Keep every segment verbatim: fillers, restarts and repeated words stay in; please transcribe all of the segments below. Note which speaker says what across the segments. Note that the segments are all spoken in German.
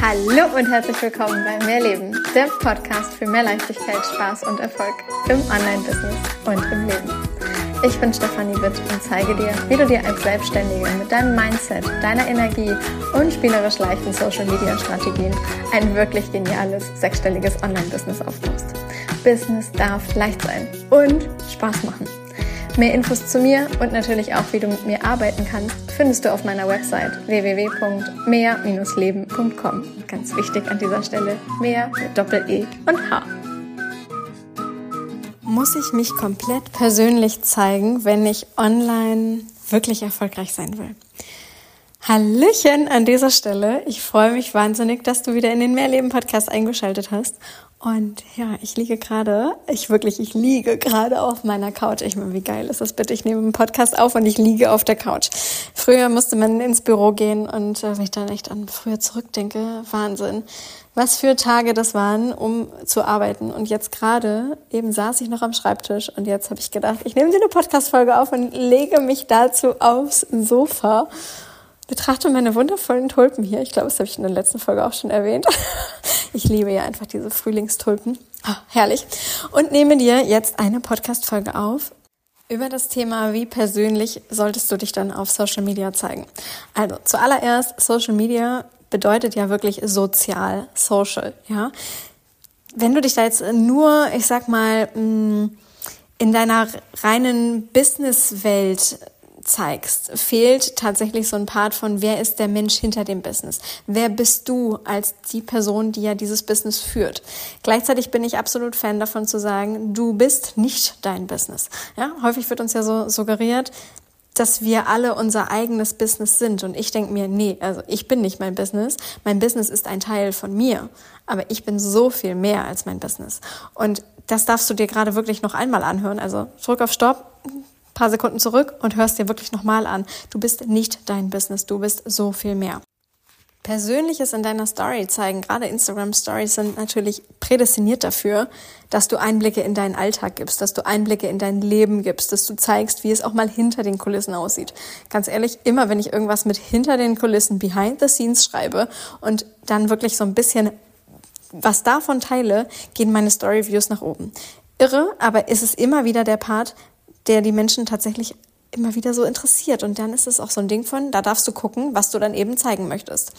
Speaker 1: Hallo und herzlich willkommen bei Mehrleben, der Podcast für mehr Leichtigkeit, Spaß und Erfolg im Online-Business und im Leben. Ich bin Stefanie Witt und zeige dir, wie du dir als Selbstständige mit deinem Mindset, deiner Energie und spielerisch leichten Social-Media-Strategien ein wirklich geniales, sechsstelliges Online-Business aufbaust. Business darf leicht sein und Spaß machen. Mehr Infos zu mir und natürlich auch, wie du mit mir arbeiten kannst, findest du auf meiner Website w w w punkt mehr Bindestrich leben punkt com. Ganz wichtig an dieser Stelle, mehr mit Doppel-E und H. Muss ich mich komplett persönlich zeigen, wenn ich online wirklich erfolgreich sein will? Hallöchen an dieser Stelle. Ich freue mich wahnsinnig, dass du wieder in den Mehrleben-Podcast eingeschaltet hast. Und ja, ich liege gerade, ich wirklich, ich liege gerade auf meiner Couch. Ich meine, wie geil ist das bitte? Ich nehme einen Podcast auf und ich liege auf der Couch. Früher musste man ins Büro gehen und äh, wenn ich dann echt an früher zurückdenke, Wahnsinn, was für Tage das waren, um zu arbeiten. Und jetzt gerade, eben saß ich noch am Schreibtisch und jetzt habe ich gedacht, ich nehme dir eine Podcast-Folge auf und lege mich dazu aufs Sofa. Betrachte meine wundervollen Tulpen hier. Ich glaube, das habe ich in der letzten Folge auch schon erwähnt. Ich liebe ja einfach diese Frühlingstulpen. Oh, herrlich. Und nehme dir jetzt eine Podcast-Folge auf über das Thema, wie persönlich solltest du dich dann auf Social Media zeigen. Also zuallererst, Social Media bedeutet ja wirklich sozial, social. Ja, wenn du dich da jetzt nur, ich sag mal, in deiner reinen Businesswelt zeigst, fehlt tatsächlich so ein Part von, wer ist der Mensch hinter dem Business? Wer bist du als die Person, die ja dieses Business führt? Gleichzeitig bin ich absolut Fan davon zu sagen, du bist nicht dein Business. Ja, häufig wird uns ja so suggeriert, dass wir alle unser eigenes Business sind. Und ich denke mir, nee, also ich bin nicht mein Business. Mein Business ist ein Teil von mir. Aber ich bin so viel mehr als mein Business. Und das darfst du dir gerade wirklich noch einmal anhören. Also drück auf Stopp, paar Sekunden zurück und hörst dir wirklich nochmal an. Du bist nicht dein Business, du bist so viel mehr. Persönliches in deiner Story zeigen, gerade Instagram-Stories sind natürlich prädestiniert dafür, dass du Einblicke in deinen Alltag gibst, dass du Einblicke in dein Leben gibst, dass du zeigst, wie es auch mal hinter den Kulissen aussieht. Ganz ehrlich, immer wenn ich irgendwas mit hinter den Kulissen, behind the scenes schreibe und dann wirklich so ein bisschen was davon teile, gehen meine Story-Views nach oben. Irre, aber ist es immer wieder der Part, der die Menschen tatsächlich immer wieder so interessiert. Und dann ist es auch so ein Ding von, da darfst du gucken, was du dann eben zeigen möchtest.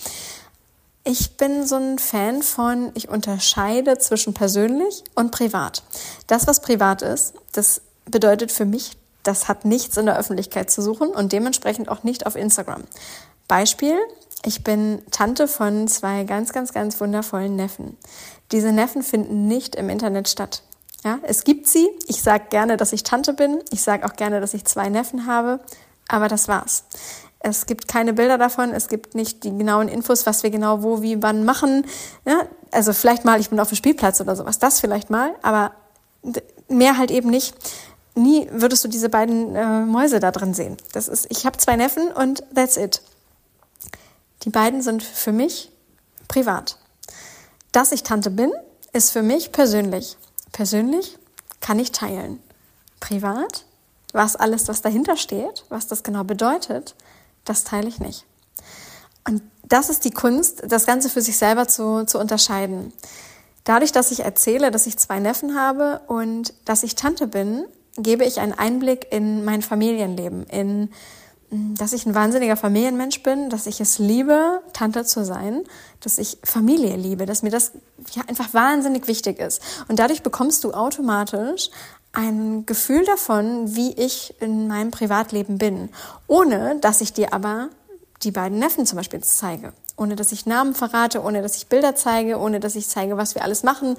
Speaker 1: Ich bin so ein Fan von, ich unterscheide zwischen persönlich und privat. Das, was privat ist, das bedeutet für mich, das hat nichts in der Öffentlichkeit zu suchen und dementsprechend auch nicht auf Instagram. Beispiel, ich bin Tante von zwei ganz, ganz, ganz wundervollen Neffen. Diese Neffen finden nicht im Internet statt. Ja, es gibt sie. Ich sage gerne, dass ich Tante bin. Ich sage auch gerne, dass ich zwei Neffen habe. Aber das war's. Es gibt keine Bilder davon. Es gibt nicht die genauen Infos, was wir genau wo, wie, wann machen. Ja, also vielleicht mal, ich bin auf dem Spielplatz oder sowas. Das vielleicht mal. Aber mehr halt eben nicht. Nie würdest du diese beiden äh, Mäuse da drin sehen. Das ist, ich habe zwei Neffen und that's it. Die beiden sind für mich privat. Dass ich Tante bin, ist für mich persönlich. Persönlich kann ich teilen. Privat, was alles, was dahinter steht, was das genau bedeutet, das teile ich nicht. Und das ist die Kunst, das Ganze für sich selber zu, zu unterscheiden. Dadurch, dass ich erzähle, dass ich zwei Neffen habe und dass ich Tante bin, gebe ich einen Einblick in mein Familienleben, in dass ich ein wahnsinniger Familienmensch bin, dass ich es liebe, Tante zu sein, dass ich Familie liebe, dass mir das ja einfach wahnsinnig wichtig ist. Und dadurch bekommst du automatisch ein Gefühl davon, wie ich in meinem Privatleben bin, ohne dass ich dir aber die beiden Neffen zum Beispiel zeige, ohne dass ich Namen verrate, ohne dass ich Bilder zeige, ohne dass ich zeige, was wir alles machen.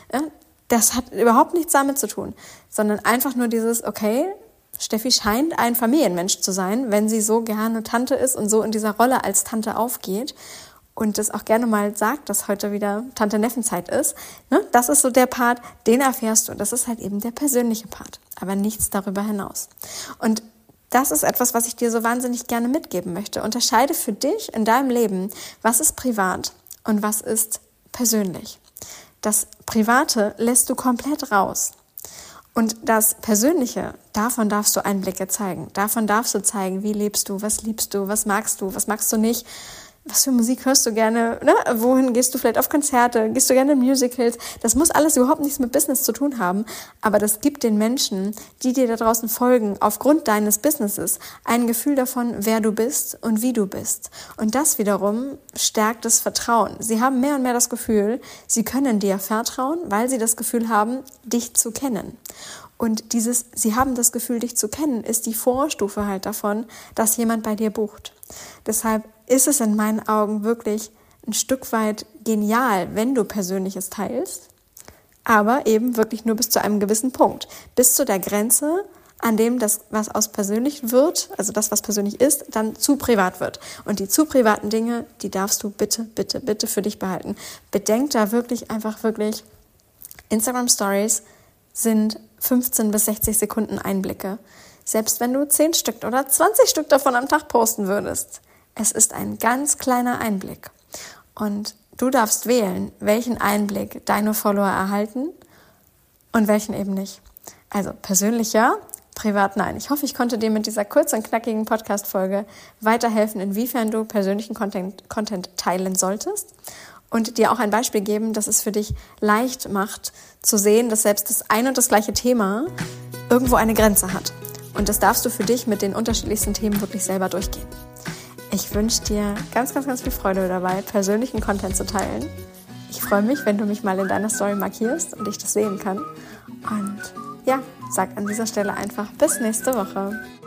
Speaker 1: Das hat überhaupt nichts damit zu tun, sondern einfach nur dieses, okay, Steffi scheint ein Familienmensch zu sein, wenn sie so gerne Tante ist und so in dieser Rolle als Tante aufgeht und das auch gerne mal sagt, dass heute wieder Tante-Neffen-Zeit ist. Ne? Das ist so der Part, den erfährst du. Das ist halt eben der persönliche Part, aber nichts darüber hinaus. Und das ist etwas, was ich dir so wahnsinnig gerne mitgeben möchte. Unterscheide für dich in deinem Leben, was ist privat und was ist persönlich. Das Private lässt du komplett raus. Und das Persönliche, davon darfst du Einblicke zeigen. Davon darfst du zeigen, wie lebst du, was liebst du, was magst du, was magst du nicht. was für Musik hörst du gerne, ne? Wohin gehst du vielleicht auf Konzerte, gehst du gerne in Musicals? Das muss alles überhaupt nichts mit Business zu tun haben, aber das gibt den Menschen, die dir da draußen folgen, aufgrund deines Businesses, ein Gefühl davon, wer du bist und wie du bist. Und das wiederum stärkt das Vertrauen. Sie haben mehr und mehr das Gefühl, sie können dir vertrauen, weil sie das Gefühl haben, dich zu kennen. Und dieses, sie haben das Gefühl, dich zu kennen, ist die Vorstufe halt davon, dass jemand bei dir bucht. Deshalb ist es in meinen Augen wirklich ein Stück weit genial, wenn du Persönliches teilst, aber eben wirklich nur bis zu einem gewissen Punkt. Bis zu der Grenze, an dem das, was aus persönlich wird, also das, was persönlich ist, dann zu privat wird. Und die zu privaten Dinge, die darfst du bitte, bitte, bitte für dich behalten. Bedenk da wirklich einfach wirklich, Instagram Stories sind fünfzehn bis sechzig Sekunden Einblicke. Selbst wenn du zehn Stück oder zwanzig Stück davon am Tag posten würdest. Es ist ein ganz kleiner Einblick. Und du darfst wählen, welchen Einblick deine Follower erhalten und welchen eben nicht. Also persönlich ja, privat nein. Ich hoffe, ich konnte dir mit dieser kurzen und knackigen Podcast-Folge weiterhelfen, inwiefern du persönlichen Content, Content teilen solltest. Und dir auch ein Beispiel geben, dass es für dich leicht macht, zu sehen, dass selbst das ein und das gleiche Thema irgendwo eine Grenze hat. Und das darfst du für dich mit den unterschiedlichsten Themen wirklich selber durchgehen. Ich wünsche dir ganz, ganz, ganz viel Freude dabei, persönlichen Content zu teilen. Ich freue mich, wenn du mich mal in deiner Story markierst und ich das sehen kann. Und ja, sag an dieser Stelle einfach bis nächste Woche.